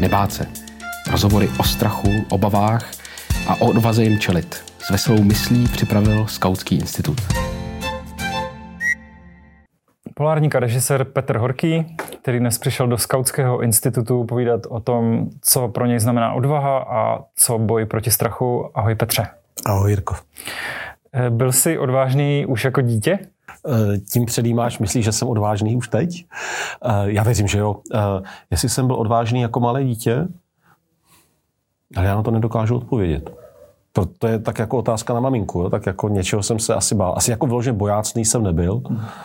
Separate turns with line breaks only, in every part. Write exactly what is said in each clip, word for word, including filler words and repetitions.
nebát se. Rozhovory o strachu, obavách a o odvaze jim čelit. S veselou myslí připravil Skautský institut.
Polárník a režisér Petr Horký, který dnes přišel do Skautského institutu povídat o tom, co pro něj znamená odvaha a co boj proti strachu. Ahoj Petře.
Ahoj Jirko.
Byl jsi odvážný už jako dítě?
Tím předjímáš, myslíš, že jsem odvážný už teď? Já věřím, že jo. Jestli jsem byl odvážný jako malé dítě, ale já na to nedokážu odpovědět. To je tak jako otázka na maminku, jo? Tak jako něčeho jsem se asi bál. Asi jako vyloženě bojácný jsem nebyl.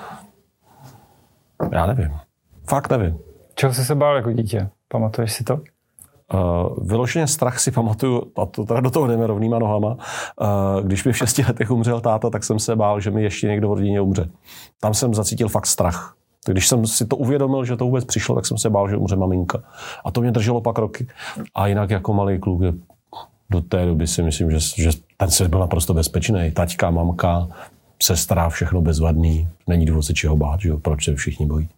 Já nevím. Fakt nevím.
Čeho jsi se bál jako dítě? Pamatuješ si to?
Uh, vyloženě strach si pamatuju, a to teda do toho jdeme rovnýma nohama. Uh, když mi v šesti letech umřel táta, tak jsem se bál, že mi ještě někdo v rodině umře. Tam jsem zacítil fakt strach. Když jsem si to uvědomil, že to vůbec přišlo, tak jsem se bál, že umře maminka. A to mě drželo pak roky. A jinak jako malý kluk, do té doby si myslím, že, že ten svět byl naprosto bezpečný. Taťka, mamka, sestra, všechno bezvadný. Není důvod se čeho bát, že jo? Proč se všichni bojí.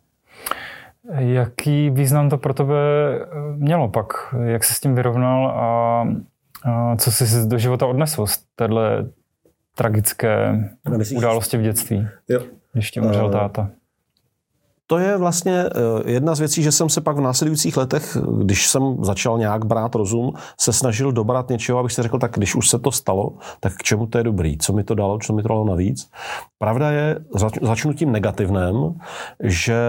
Jaký význam to pro tebe mělo pak? Jak jsi s tím vyrovnal a, a co jsi do života odnesl z téhle tragické události v dětství,
jo.
Když ti umřel táta?
To je vlastně jedna z věcí, že jsem se pak v následujících letech, když jsem začal nějak brát rozum, se snažil dobrat něčeho, abych si řekl, tak když už se to stalo, tak k čemu to je dobrý, co mi to dalo, co mi to dalo navíc. Pravda je, začnu tím negativném, že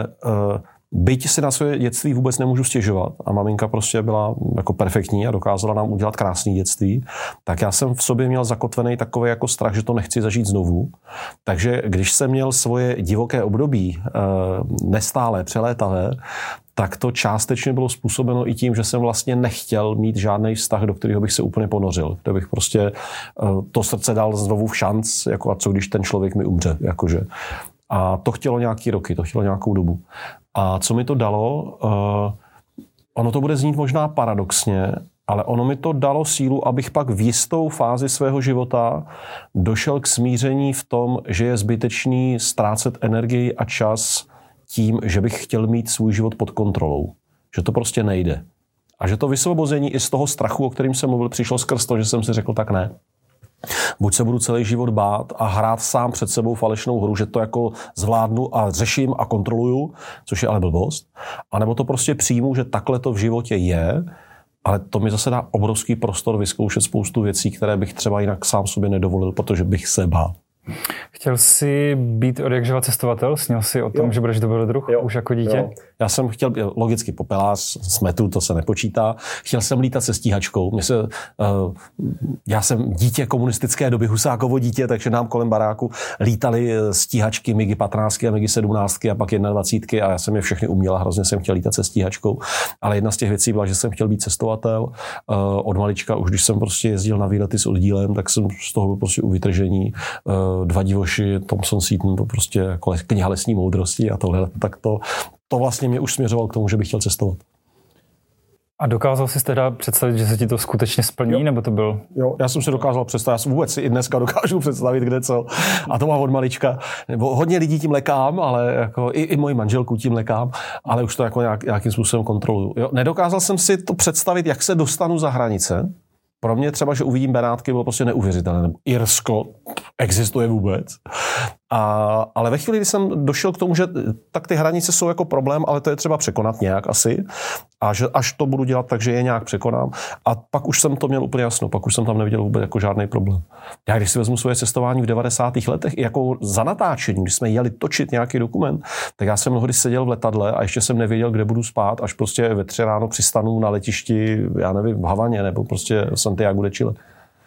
byť si na své dětství vůbec nemůžu stěžovat a maminka prostě byla jako perfektní a dokázala nám udělat krásné dětství, tak já jsem v sobě měl zakotvený takový jako strach, že to nechci zažít znovu. Takže když jsem měl svoje divoké období, nestálé, přelétavé, tak to částečně bylo způsobeno i tím, že jsem vlastně nechtěl mít žádný vztah, do kterého bych se úplně ponořil. Kde bych prostě to srdce dal znovu v šanc, jako a co když ten člověk mi umře. Jakože. A to chtělo nějaký roky, to chtělo nějakou dobu. A co mi to dalo? Uh, ono to bude znít možná paradoxně, ale ono mi to dalo sílu, abych pak v jistou fázi svého života došel k smíření v tom, že je zbytečný ztrácet energii a čas tím, že bych chtěl mít svůj život pod kontrolou. Že to prostě nejde. A že to vysvobození i z toho strachu, o kterým jsem mluvil, přišlo skrz to, že jsem si řekl, tak ne. Buď se budu celý život bát a hrát sám před sebou falešnou hru, že to jako zvládnu a řeším a kontroluju, což je ale blbost, anebo to prostě přijmu, že takhle to v životě je, ale to mi zase dá obrovský prostor vyzkoušet spoustu věcí, které bych třeba jinak sám sobě nedovolil, protože bych se bál.
Chtěl jsi být od jakživa cestovatel? Snil jsi o tom, jo. Že budeš dobrodruh už jako dítě? Jo.
Já jsem chtěl, logicky popelás, smetu, to se nepočítá. Chtěl jsem lítat se stíhačkou. Mě se, uh, já jsem dítě komunistické doby, Husákovo dítě, takže nám kolem baráku lítali stíhačky MiG patnáct a MiG sedmnáct a pak dvacet jedna a já jsem je všechny uměl a hrozně jsem chtěl lítat se stíhačkou. Ale jedna z těch věcí byla, že jsem chtěl být cestovatel. Uh, od malička, už když jsem prostě jezdil na výlety s oddílem, tak jsem z toho byl prostě u vytržení. Uh, dva divoši, Thomson Seaton, to prostě jako kniha lesní moudrosti a tohle, tak to, to vlastně mě už směřoval k tomu, že bych chtěl cestovat.
A dokázal jsi teda představit, že se ti to skutečně splní, jo. Nebo to byl? Jo,
já jsem si dokázal představit, já jsem vůbec si i dneska dokážu představit, kde co. A to mám od malička. Nebo hodně lidí tím lekám, ale jako i, i moji manželku tím lekám, ale už to jako nějak, nějakým způsobem kontroluju. Jo, nedokázal jsem si to představit, jak se dostanu za hranice. Pro mě třeba, že uvidím Benátky, bylo prostě neuvěřitelné. Nebo Irsko existuje vůbec. A, ale ve chvíli, kdy jsem došel k tomu, že tak ty hranice jsou jako problém, ale to je třeba překonat nějak asi. A že až to budu dělat, takže je nějak překonám. A pak už jsem to měl úplně jasno, pak už jsem tam neviděl vůbec jako žádný problém. Já když si vezmu svoje cestování v devadesátých letech, i jako za natáčení, když jsme jeli točit nějaký dokument, tak já jsem mnohdy seděl v letadle a ještě jsem nevěděl, kde budu spát, až prostě ve tři ráno přistanu na letišti, já nevím, v Havaně nebo prostě v Santiagu de Chile.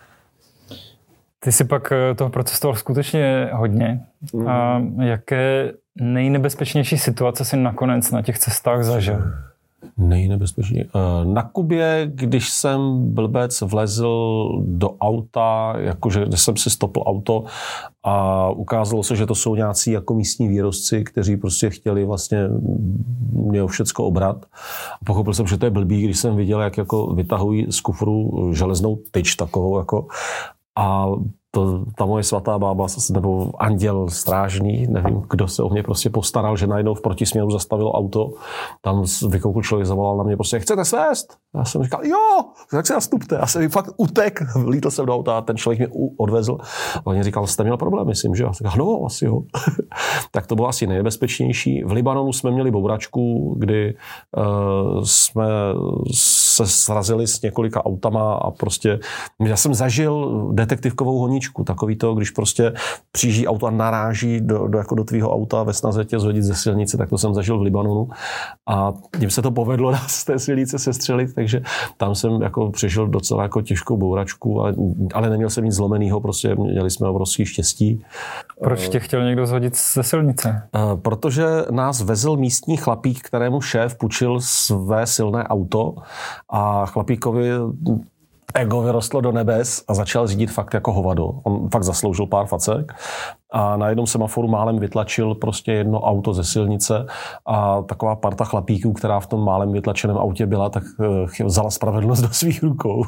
Ty jsi pak toho procestoval skutečně hodně. Mm. A jaké nejnebezpečnější situace jsi nakonec na těch cestách zažil?
Nejnebezpečnější. Na Kubě, když jsem blbec vlezl do auta, jakože když jsem si stopl auto a ukázalo se, že to jsou nějací jako místní výrobci, kteří prostě chtěli vlastně mě o všecko obrat. A pochopil jsem, že to je blbý, když jsem viděl, jak jako vytahují z kufru železnou tyč takovou jako. A to, ta moje svatá bába nebo anděl strážný, nevím, kdo se o mě prostě postaral, že najednou v protisměru zastavilo auto, tam vykoukl člověk, zavolal na mě prostě, chcete svést? Já jsem říkal, jo, tak se nastupte. Já jsem fakt utek, vlítl jsem do auta a ten člověk mě odvezl. A on říkal, jste měl problém, myslím, že? Já jsem říkal, no, asi jo. Tak to bylo asi nejbezpečnější. V Libanonu jsme měli bouračku, kdy uh, jsme se srazili s několika autama a prostě, já jsem zažil detektivkovou honíčku, takový to, když prostě přijíždí auto a naráží do, do, jako do tvýho auta ve snaze tě zhodit ze silnice, tak to jsem zažil v Libanonu a tím se to povedlo nás z té silnice sestřelit, takže tam jsem jako přežil docela jako těžkou bouračku, ale, ale neměl jsem nic zlomenýho, prostě měli jsme obrovský štěstí.
Proč tě chtěl někdo zhodit ze silnice?
Protože nás vezl místní chlapík, kterému šéf půjčil své silné auto a chlapíkovi ego vyrostlo do nebes a začal řídit fakt jako hovado. On fakt zasloužil pár facek a na jednom semaforu málem vytlačil prostě jedno auto ze silnice a taková parta chlapíků, která v tom málem vytlačeném autě byla, tak vzala spravedlnost do svých rukou.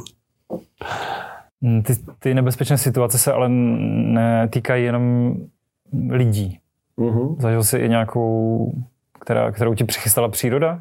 Ty, ty nebezpečné situace se ale netýkají jenom lidí. Mm-hmm. Zažil jsi i nějakou, která, kterou ti přichystala příroda?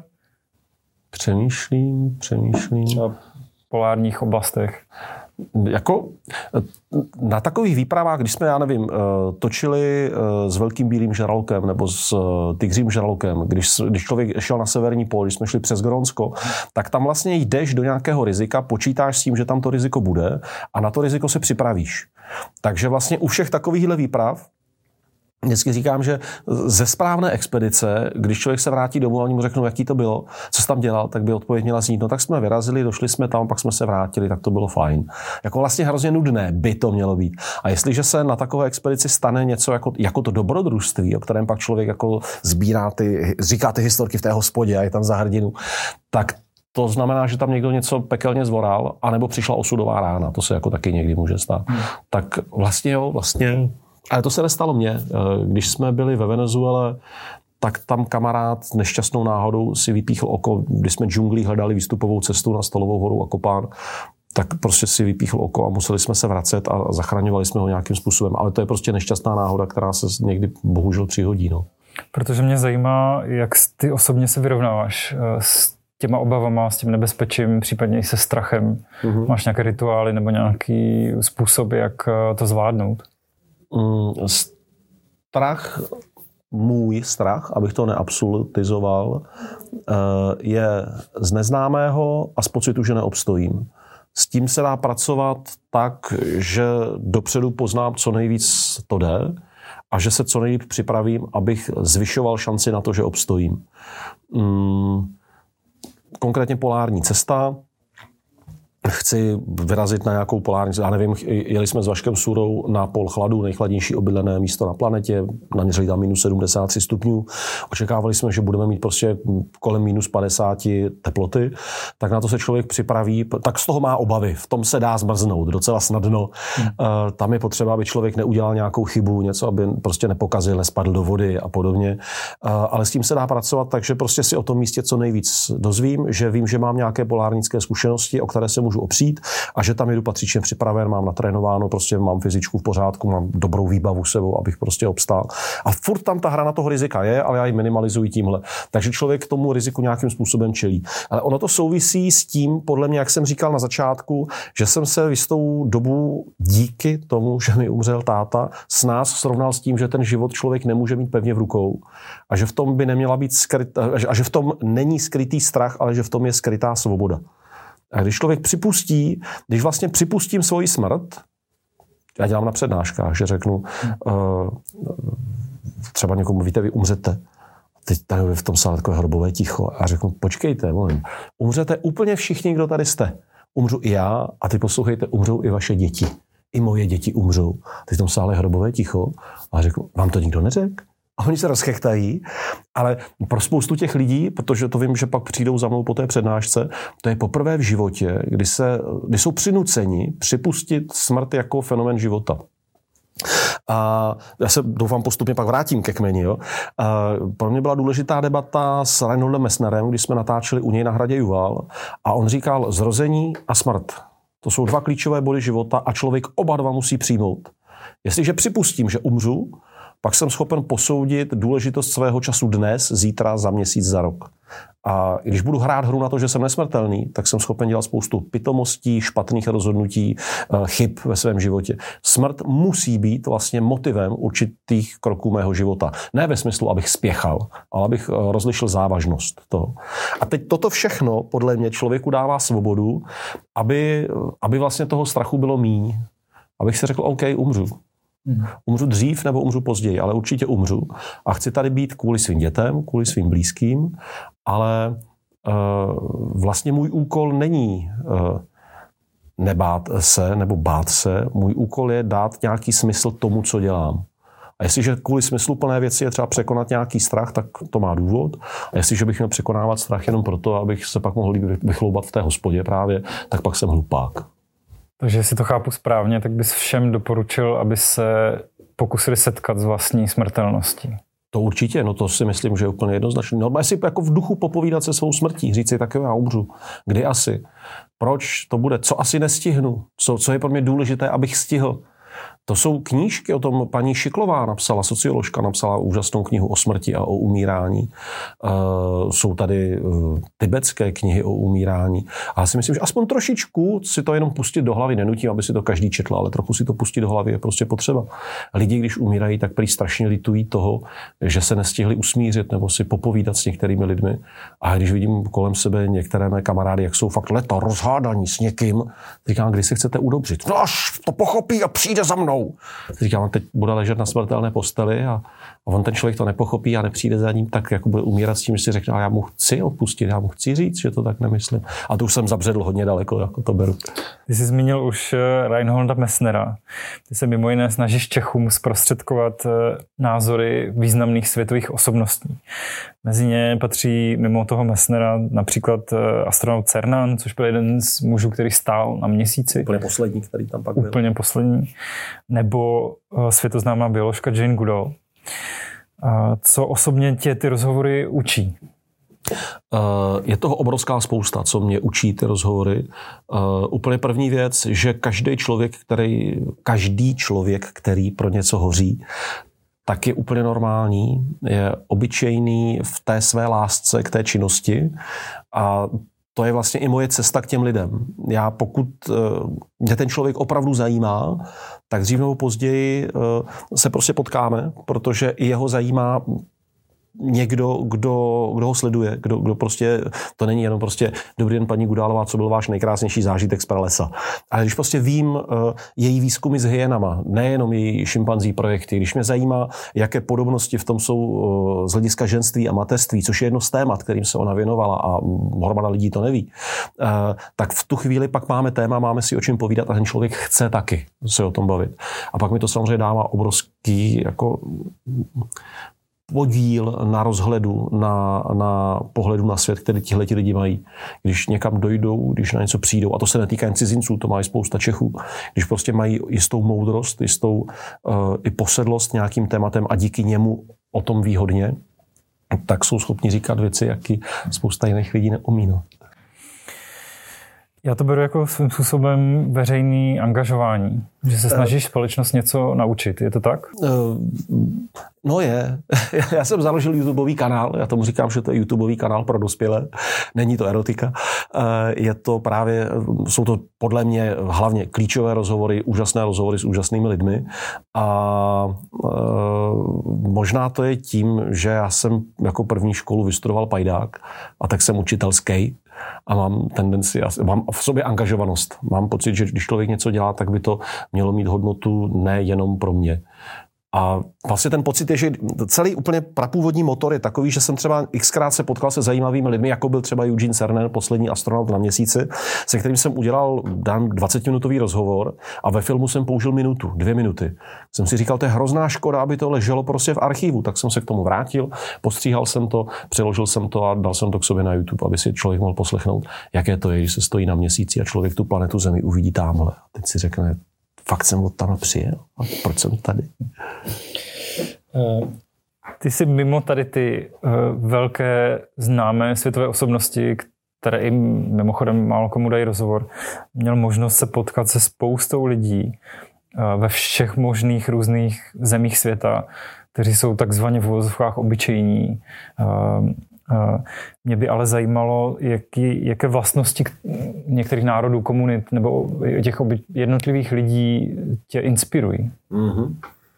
Přemýšlím, přemýšlím.
Třeba polárních oblastech.
Jako na takových výpravách, když jsme, já nevím, točili s velkým bílým žralokem nebo s tygřím žralokem, když, když člověk šel na severní pól, když jsme šli přes Grónsko, tak tam vlastně jdeš do nějakého rizika, počítáš s tím, že tam to riziko bude a na to riziko se připravíš. Takže vlastně u všech takovýchhle výprav vždycky říkám, že ze správné expedice, když člověk se vrátí domů a oni mu řeknou, jaký to bylo, co jsi tam dělal, tak by odpověď měla znít, no tak jsme vyrazili, došli jsme tam, pak jsme se vrátili, tak to bylo fajn. Jako vlastně hrozně nudné by to mělo být. A jestliže se na takové expedici stane něco jako, jako to dobrodružství, o kterém pak člověk jako sbírá ty, říká ty historky v té hospodě a je tam za hrdinu, tak to znamená, že tam někdo něco pekelně zvoral, anebo přišla osudová rána, to se jako taky někdy může stát. Hmm. Tak vlastně jo, vlastně ale to se nestalo mně. Když jsme byli ve Venezuele, tak tam kamarád nešťastnou náhodou si vypíchl oko, když jsme džunglí hledali výstupovou cestu na Stolovou horu a Kopán, tak prostě si vypíchl oko a museli jsme se vracet a zachraňovali jsme ho nějakým způsobem. Ale to je prostě nešťastná náhoda, která se někdy bohužel přihodí. No.
Protože mě zajímá, jak ty osobně se vyrovnáváš s těma obavama, s tím nebezpečím, případně i se strachem. Mm-hmm. Máš nějaké rituály nebo nějaký způsob, jak to zvládnout? Strach,
můj strach, abych to neabsolutizoval, je z neznámého a z pocitu, že neobstojím. S tím se dá pracovat tak, že dopředu poznám, co nejvíc to jde a že se co nejlíp připravím, abych zvyšoval šanci na to, že obstojím. Konkrétně polární cesta. Chci vyrazit na nějakou polární, já nevím, jeli jsme s Vaškem Surou na pól chladu, nejchladnější obydlené místo na planetě, naměřili tam minus sedmdesát tři stupňů. Očekávali jsme, že budeme mít prostě kolem minus padesát teploty, tak na to se člověk připraví, tak z toho má obavy, v tom se dá zmrznout docela snadno. Hmm. Tam je potřeba, aby člověk neudělal nějakou chybu, něco, aby prostě nepokazil, nespadl do vody a podobně. Ale s tím se dá pracovat, takže prostě si o tom místě co nejvíc dozvím, že vím, že mám nějaké polárnické zkušenosti, o které se můžu opřít a že tam jedu patřičně připraven, mám natrénováno, prostě mám fyzičku v pořádku, mám dobrou výbavu sebou, abych prostě obstál. A furt tam ta hra na toho rizika je, ale já ji minimalizuji tímhle. Takže člověk k tomu riziku nějakým způsobem čelí. Ale ono to souvisí s tím, podle mě, jak jsem říkal na začátku, že jsem se v jistou dobu díky tomu, že mi umřel táta, s nás srovnal s tím, že ten život člověk nemůže mít pevně v rukou a že v tom by neměla být skryt, a že v tom není skrytý strach, ale že v tom je skrytá svoboda. A když člověk připustí, když vlastně připustím svoji smrt, já dělám na přednáškách, že řeknu, uh, třeba někomu, víte, vy umřete. Teď tady v tom sále takové hrobové ticho. A řeknu, počkejte, mluvím, umřete úplně všichni, kdo tady jste. Umřu i já a ty poslouchejte, umřou i vaše děti. I moje děti umřou. Teď v tom sále hrobové ticho. A řeknu, vám to nikdo neřekl? A oni se rozchechtají, ale pro spoustu těch lidí, protože to vím, že pak přijdou za mnou po té přednášce, to je poprvé v životě, kdy, se, kdy jsou přinuceni připustit smrt jako fenomén života. A já se doufám postupně pak vrátím ke kmeni. Jo. A pro mě byla důležitá debata s Reinholdem Messnerem, když jsme natáčeli u něj na hradě Juval a on říkal zrození a smrt. To jsou dva klíčové body života a člověk oba dva musí přijmout. Jestliže připustím, že umřu, pak jsem schopen posoudit důležitost svého času dnes, zítra, za měsíc, za rok. A když budu hrát hru na to, že jsem nesmrtelný, tak jsem schopen dělat spoustu pitomostí, špatných rozhodnutí, chyb ve svém životě. Smrt musí být vlastně motivem určitých kroků mého života. Ne ve smyslu, abych spěchal, ale abych rozlišil závažnost toho. A teď toto všechno podle mě člověku dává svobodu, aby, aby vlastně toho strachu bylo míň. Abych si řekl, OK, umřu. Umřu dřív nebo umřu později, ale určitě umřu. A chci tady být kvůli svým dětem, kvůli svým blízkým, ale uh, vlastně můj úkol není uh, nebát se nebo bát se. Můj úkol je dát nějaký smysl tomu, co dělám. A jestliže kvůli smysluplné věci je třeba překonat nějaký strach, tak to má důvod. A jestliže bych měl překonávat strach jenom proto, abych se pak mohl vychloubat v té hospodě právě, tak pak jsem hlupák.
Takže jestli to chápu správně, tak bys všem doporučil, aby se pokusili setkat s vlastní smrtelností.
To určitě, no to si myslím, že je úplně jednoznačné. Normálně si jako v duchu popovídat se svou smrtí, říct si tak, jo, já umřu. Kdy asi? Proč to bude? Co asi nestihnu? Co, co je pro mě důležité, abych stihl? To jsou knížky o tom, paní Šiklová napsala, socioložka napsala úžasnou knihu o smrti a o umírání. Uh, jsou tady uh, tibetské knihy o umírání. A já si myslím, že aspoň trošičku si to jenom pustit do hlavy, nenutím, aby si to každý četl, ale trochu si to pustit do hlavy je prostě potřeba. Lidi, když umírají, tak prý strašně litují toho, že se nestihli usmířit nebo si popovídat s některými lidmi. A když vidím kolem sebe některé mé kamarády, jak jsou fakt leta rozhádaní s někým, říkám, kdy si chcete udobřit? No až to pochopí a přijde za mnou. Říkám, teď bude ležet na smrtelné posteli a, a on ten člověk to nepochopí a nepřijde za ním, tak jako bude umírat s tím, že si řekne, a já mu chci odpustit, já mu chci říct, že to tak nemyslím. A to už jsem zabředl hodně daleko, jako to beru.
Ty jsi zmínil už Reinholda Messnera. Ty se mimo jiné snažíš Čechům zprostředkovat názory významných světových osobností. Mezi ně patří mimo toho Messnera například astronaut Cernan, což byl jeden z mužů, který stál na měsíci.
Úplně poslední, který tam pak byl.
Úplně poslední. Nebo světoznámá bioložka Jane Goodall. Co osobně tě ty rozhovory učí?
Je toho obrovská spousta, co mě učí ty rozhovory. Úplně první věc, že každý člověk, který, každý člověk, který pro něco hoří, tak je úplně normální, je obyčejný v té své lásce k té činnosti a to je vlastně i moje cesta k těm lidem. Já pokud mě ten člověk opravdu zajímá, tak dřív nebo později se prostě potkáme, protože i jeho zajímá někdo, kdo, kdo ho sleduje, kdo, kdo prostě, to není jenom prostě dobrý den, paní Gudálová, co byl váš nejkrásnější zážitek z pralesa. Ale když prostě vím uh, její výzkumy s hyenama, nejenom její šimpanzí projekty, když mě zajímá, jaké podobnosti v tom jsou uh, z hlediska ženství a mateřství, což je jedno z témat, kterým se ona věnovala a hromada lidí to neví, uh, tak v tu chvíli pak máme téma, máme si o čem povídat a ten člověk chce taky se o tom bavit. A pak mi to samozřejmě dává obrovský jako podíl na rozhledu, na, na pohledu na svět, který tihleti lidi mají. Když někam dojdou, když na něco přijdou, a to se netýká jen cizinců, to mají spousta Čechů, když prostě mají jistou moudrost, jistou uh, i posedlost nějakým tématem a díky němu o tom ví hodně, tak jsou schopni říkat věci, jaký spousta jiných lidí neumí. No.
Já to beru jako svým způsobem veřejný angažování, že se snažíš společnost něco naučit. Je to tak?
No je. Já jsem založil YouTubeový kanál, já tomu říkám, že to je YouTubeový kanál pro dospělé. Není to erotika. Je to právě, jsou to podle mě hlavně klíčové rozhovory, úžasné rozhovory s úžasnými lidmi. A možná to je tím, že já jsem jako první školu vystudoval pajdák a tak jsem učitelský. A mám tendenci, mám v sobě angažovanost. Mám pocit, že když člověk něco dělá, tak by to mělo mít hodnotu nejenom pro mě. A vlastně ten pocit je, že celý úplně prapůvodní motor je takový, že jsem třeba xkrát se potkal se zajímavými lidmi, jako byl třeba Eugene Cernan, poslední astronaut na měsíci, se kterým jsem udělal dám dvacetiminutový rozhovor a ve filmu jsem použil minutu, dvě minuty. Jsem si říkal, to je hrozná škoda, aby to leželo prostě v archivu, tak jsem se k tomu vrátil, postříhal jsem to, přeložil jsem to a dal jsem to k sobě na YouTube, aby si člověk mohl poslechnout, jaké to je, když se stojí na měsíci a člověk tu planetu Zemi uvidí tamhle. A teď si řekne, fakt jsem od tam přijel a proč jsem tady?
Ty jsi mimo tady ty uh, velké známé světové osobnosti, které i mimochodem málo komu dají rozhovor, měl možnost se potkat se spoustou lidí ve všech možných různých zemích světa, kteří jsou takzvaně v uvozovkách obyčejní. Mě by ale zajímalo, jaký, jaké vlastnosti některých národů, komunit nebo těch jednotlivých lidí tě inspirují. Mm-hmm.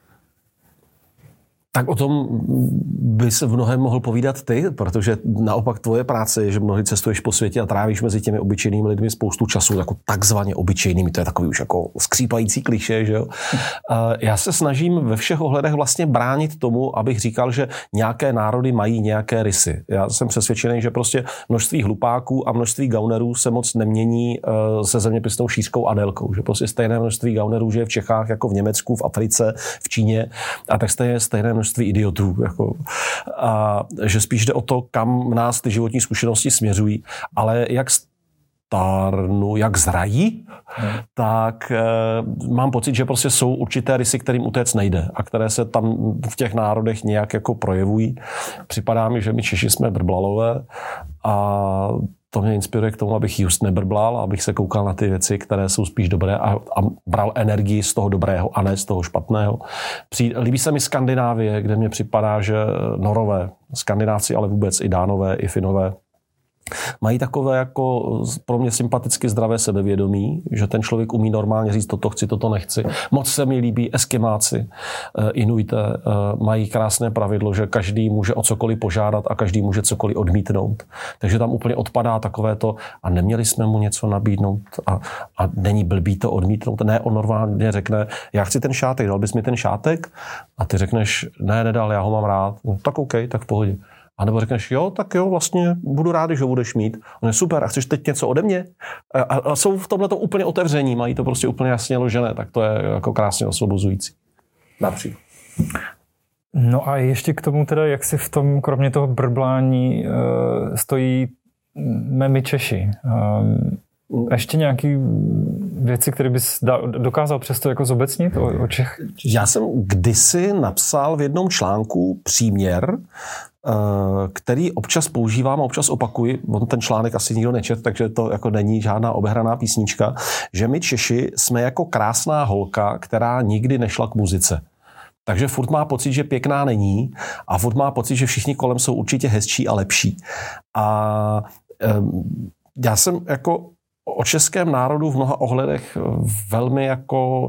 Tak o tom bys v mnohem mohl povídat ty, protože naopak tvoje práce je, že mnohdy cestuješ po světě a trávíš mezi těmi obyčejnými lidmi spoustu času, jako takzvaně obyčejnými, to je takový už jako skřípající klišé, že jo. Já se snažím ve všech ohledech vlastně bránit tomu, abych říkal, že nějaké národy mají nějaké rysy. Já jsem přesvědčený, že prostě množství hlupáků a množství gaunerů se moc nemění se zeměpisnou šířkou a délkou, že prostě stejné množství gaunerů je v Čechách jako v Německu, v Africe, v Číně a tak stejné, stejné množství idiotů. Jako. A že spíš jde o to, kam nás ty životní zkušenosti směřují, ale jak stárnu, jak zrají, hmm. tak e, mám pocit, že prostě jsou určité rysy, kterým utéct nejde a které se tam v těch národech nějak jako projevují. Připadá mi, že my Češi jsme brblalové a to mě inspiruje k tomu, abych just nebrblal, abych se koukal na ty věci, které jsou spíš dobré a, a bral energii z toho dobrého a ne z toho špatného. Při, líbí se mi Skandinávie, kde mě připadá, že Norové, Skandinávci, ale vůbec i Dánové, i Finové, mají takové jako pro mě sympaticky zdravé sebevědomí, že ten člověk umí normálně říct toto chci, toto nechci. Moc se mi líbí Eskimáci, Inuité, mají krásné pravidlo, že každý může o cokoliv požádat a každý může cokoliv odmítnout. Takže tam úplně odpadá takové to a neměli jsme mu něco nabídnout a, a není blbý to odmítnout. Ne, on normálně řekne, já chci ten šátek, dal bys mi ten šátek? A ty řekneš, ne, nedal, já ho mám rád. No, tak OK, tak v pohodě. A nebo řekneš, jo, tak jo, vlastně budu rád, že ho budeš mít. On je super, a chceš teď něco ode mě? A, a jsou v tomhle to úplně otevření, mají to prostě úplně jasně ložené, tak to je jako krásně osvobozující. Například.
No a ještě k tomu teda, jak si v tom, kromě toho brblání, stojí my Češi. Ještě nějaký věci, které bys dokázal přesto jako zobecnit o, o Čech?
Já jsem kdysi napsal v jednom článku příměr, který občas používám a občas opakuji, on ten článek asi nikdo nečet, takže to jako není žádná obehraná písnička, že my Češi jsme jako krásná holka, která nikdy nešla k muzice. Takže furt má pocit, že pěkná není a furt má pocit, že všichni kolem jsou určitě hezčí a lepší. A já jsem jako o českém národu v mnoha ohledech velmi jako...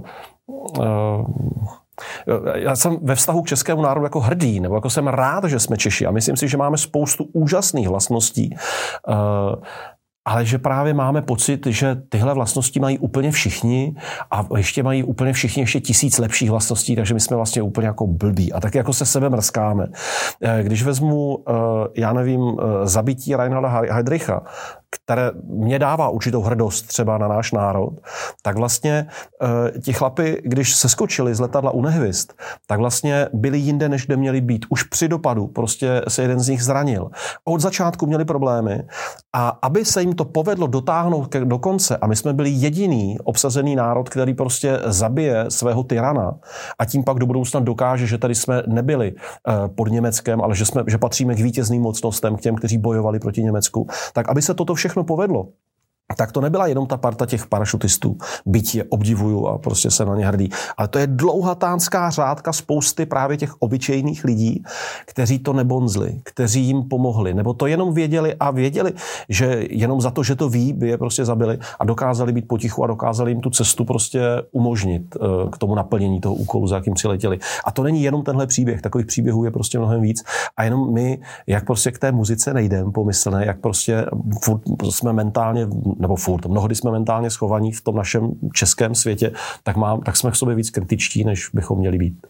Já jsem ve vztahu k českému národu jako hrdý, nebo jako jsem rád, že jsme Češi a myslím si, že máme spoustu úžasných vlastností, ale že právě máme pocit, že tyhle vlastnosti mají úplně všichni a ještě mají úplně všichni ještě tisíc lepších vlastností, takže my jsme vlastně úplně jako blbí a tak jako se sebe mrskáme. Když vezmu, já nevím, zabití Reinholda Heydricha, které mě dává určitou hrdost třeba na náš národ, tak vlastně e, ti chlapi, když se skočili z letadla u Nehvězd, tak vlastně byli jinde, než kde měli být. Už při dopadu prostě se jeden z nich zranil. Od začátku měli problémy a aby se jim to povedlo dotáhnout do konce a my jsme byli jediný obsazený národ, který prostě zabije svého tyrana a tím pak do budoucna dokáže, že tady jsme nebyli e, pod Německem, ale že, jsme, že patříme k vítězným mocnostem, k těm, kteří bojovali proti Německu. Tak aby se toto všechno povedlo, tak to nebyla jenom ta parta těch parašutistů. Byť je obdivuju a prostě se na ně hrdí. Ale to je dlouhatánská řádka spousty právě těch obyčejných lidí, kteří to nebonzli, kteří jim pomohli, nebo to jenom věděli a věděli, že jenom za to, že to ví, by je prostě zabili a dokázali být potichu a dokázali jim tu cestu prostě umožnit k tomu naplnění toho úkolu, za jakým přiletěli. A to není jenom tenhle příběh, takových příběhů je prostě mnohem víc. A jenom my, jak prostě k té muzice nejdem pomyslné, jak prostě furt jsme mentálně nebo furt, mnohdy jsme mentálně schovaní v tom našem českém světě, tak, mám, tak jsme k sobě víc kritičtí, než bychom měli být.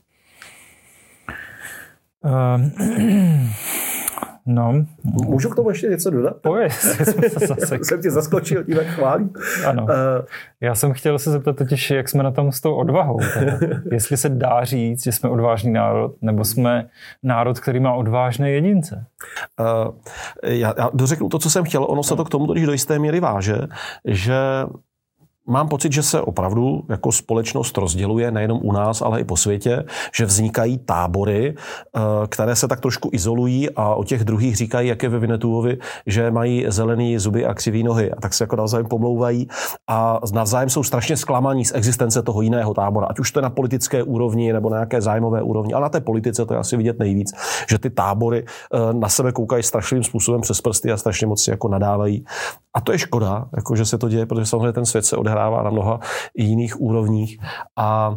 Uh, no.
Můžu k tomu ještě něco dodat?
Pojď.
Jsem tě zaskočil, tím jak chválím.
Ano. Uh, Já jsem chtěl se zeptat totiž, jak jsme na tom s tou odvahou. Teda. Jestli se dá říct, že jsme odvážný národ, nebo jsme národ, který má odvážné jedince.
Uh, já, já dořeknu to, co jsem chtěl. Ono se to k tomu totiž do jisté míry váže, že mám pocit, že se opravdu jako společnost rozděluje nejenom u nás, ale i po světě, že vznikají tábory, které se tak trošku izolují a o těch druhých říkají, jak je ve Vinetuovi, že mají zelený zuby a křivý nohy a tak se jako navzájem pomlouvají a navzájem jsou strašně zklamaní z existence toho jiného tábora, ať už to je na politické úrovni nebo na nějaké zájmové úrovni, ale na té politice to je asi vidět nejvíc, že ty tábory na sebe koukají strašlivým způsobem přes prsty a strašně moc si jako nadávají. A to je škoda, jako že se to děje, protože samozřejmě ten svět se odehrává na mnoha jiných úrovních a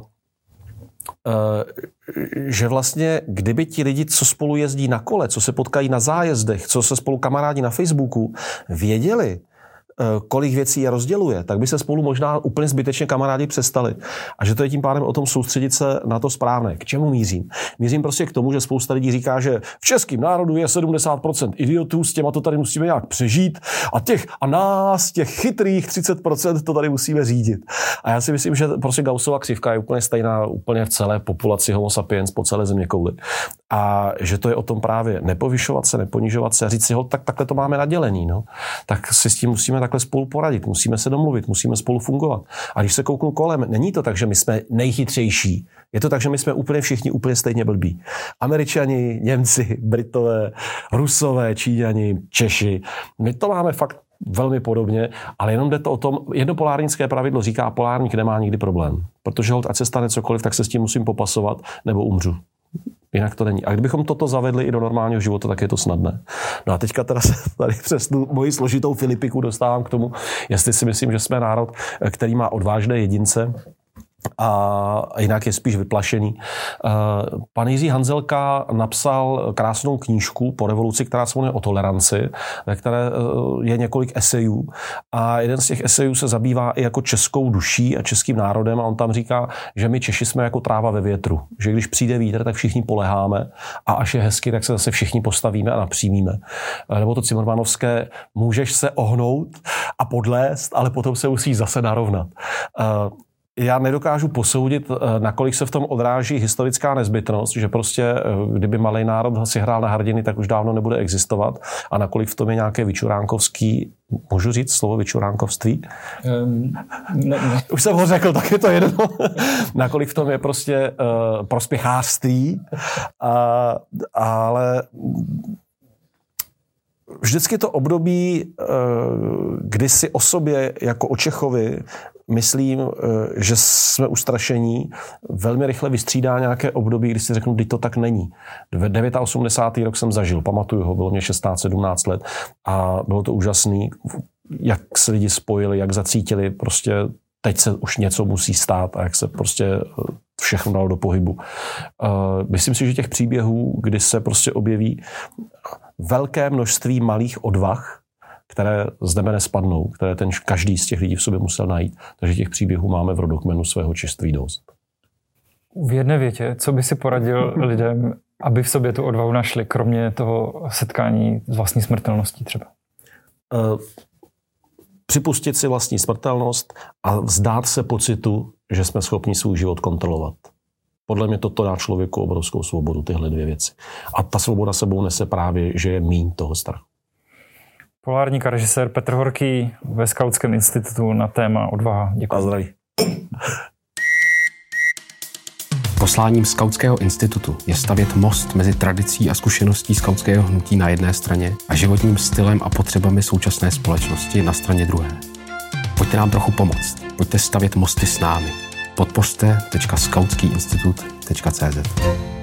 že vlastně, kdyby ti lidi, co spolu jezdí na kole, co se potkají na zájezdech, co se spolu kamarádí na Facebooku, věděli, kolik věcí je rozděluje, tak by se spolu možná úplně zbytečně kamarádi přestali. A že to je tím pádem o tom soustředit se na to správné. K čemu mířím? Mířím prostě k tomu, že spousta lidí říká, že v českém národu je sedmdesát procent idiotů, s těma to tady musíme nějak přežít a těch a nás, těch chytrých třicet procent to tady musíme řídit. A já si myslím, že prostě Gaussova křivka je úplně stejná úplně v celé populaci Homo sapiens po celé zeměkouli. A že to je o tom právě nepovyšovat se, neponižovat se a říct si, ho, tak takhle to máme nadělený, no. Tak si s tím musíme takhle spolu poradit, musíme se domluvit, musíme spolu fungovat. A když se kouknu kolem, není to tak, že my jsme nejchytřejší. Je to tak, že my jsme úplně všichni úplně stejně blbí. Američani, Němci, Britové, Rusové, Číňani, Češi. My to máme fakt velmi podobně, ale jenom jde to o tom, jednopolárnické pravidlo říká, polárník nemá nikdy problém. Protože hold, ať se stane cokoliv, tak se s tím musím popasovat nebo umřu. Jinak to není. A kdybychom toto zavedli i do normálního života, tak je to snadné. No a teďka teda se tady přes tu moji složitou Filipiku dostávám k tomu, jestli si myslím, že jsme národ, který má odvážné jedince a jinak je spíš vyplašený. Pan Jiří Hanzelka napsal krásnou knížku po revoluci, která se jmenuje O toleranci, ve které je několik esejů a jeden z těch esejů se zabývá i jako českou duší a českým národem a on tam říká, že my Češi jsme jako tráva ve větru, že když přijde vítr, tak všichni poleháme a až je hezky, tak se zase všichni postavíme a napřímíme. Nebo to cimrmanovské, můžeš se ohnout a podlézt, ale potom se musíš zase narovnat. Já nedokážu posoudit, nakolik se v tom odráží historická nezbytnost, že prostě kdyby malej národ si hrál na hrdiny, tak už dávno nebude existovat a nakolik v tom je nějaké vyčuránkovský, můžu říct slovo vyčuránkovství? Um, ne, ne. Už jsem ho řekl, tak je to jedno. Nakolik v tom je prostě uh, prospěchářství, uh, ale vždycky to období, kdy si o sobě jako o Čechovi myslím, že jsme ustrašení, velmi rychle vystřídá nějaké období, kdy si řeknu, kdy to tak není. V osmdesátý devátý rok jsem zažil, pamatuju ho, bylo mě šestnáct sedmnáct let a bylo to úžasný, jak se lidi spojili, jak zacítili, prostě teď se už něco musí stát a jak se prostě všechno dalo do pohybu. Myslím si, že těch příběhů, kdy se prostě objeví velké množství malých odvah, které z nebe nespadnou, které ten každý z těch lidí v sobě musel najít. Takže těch příběhů máme v rodokmenu svého čiství dost.
V jedné větě, co by si poradil lidem, aby v sobě tu odvahu našli, kromě toho setkání s vlastní smrtelností třeba?
Uh, připustit si vlastní smrtelnost a vzdát se pocitu, že jsme schopni svůj život kontrolovat. Podle mě toto dá člověku obrovskou svobodu, tyhle dvě věci. A ta svoboda sebou nese právě, že je míň toho strachu.
Polárník a režisér Petr Horký ve Skautském institutu na téma odvaha. Děkuji.
A zdraví.
Posláním Skautského institutu je stavět most mezi tradicí a zkušeností skautského hnutí na jedné straně a životním stylem a potřebami současné společnosti na straně druhé. Pojďte nám trochu pomoct. Pojďte stavět mosty s námi. podpořte tečka skautský institut tečka cé zet.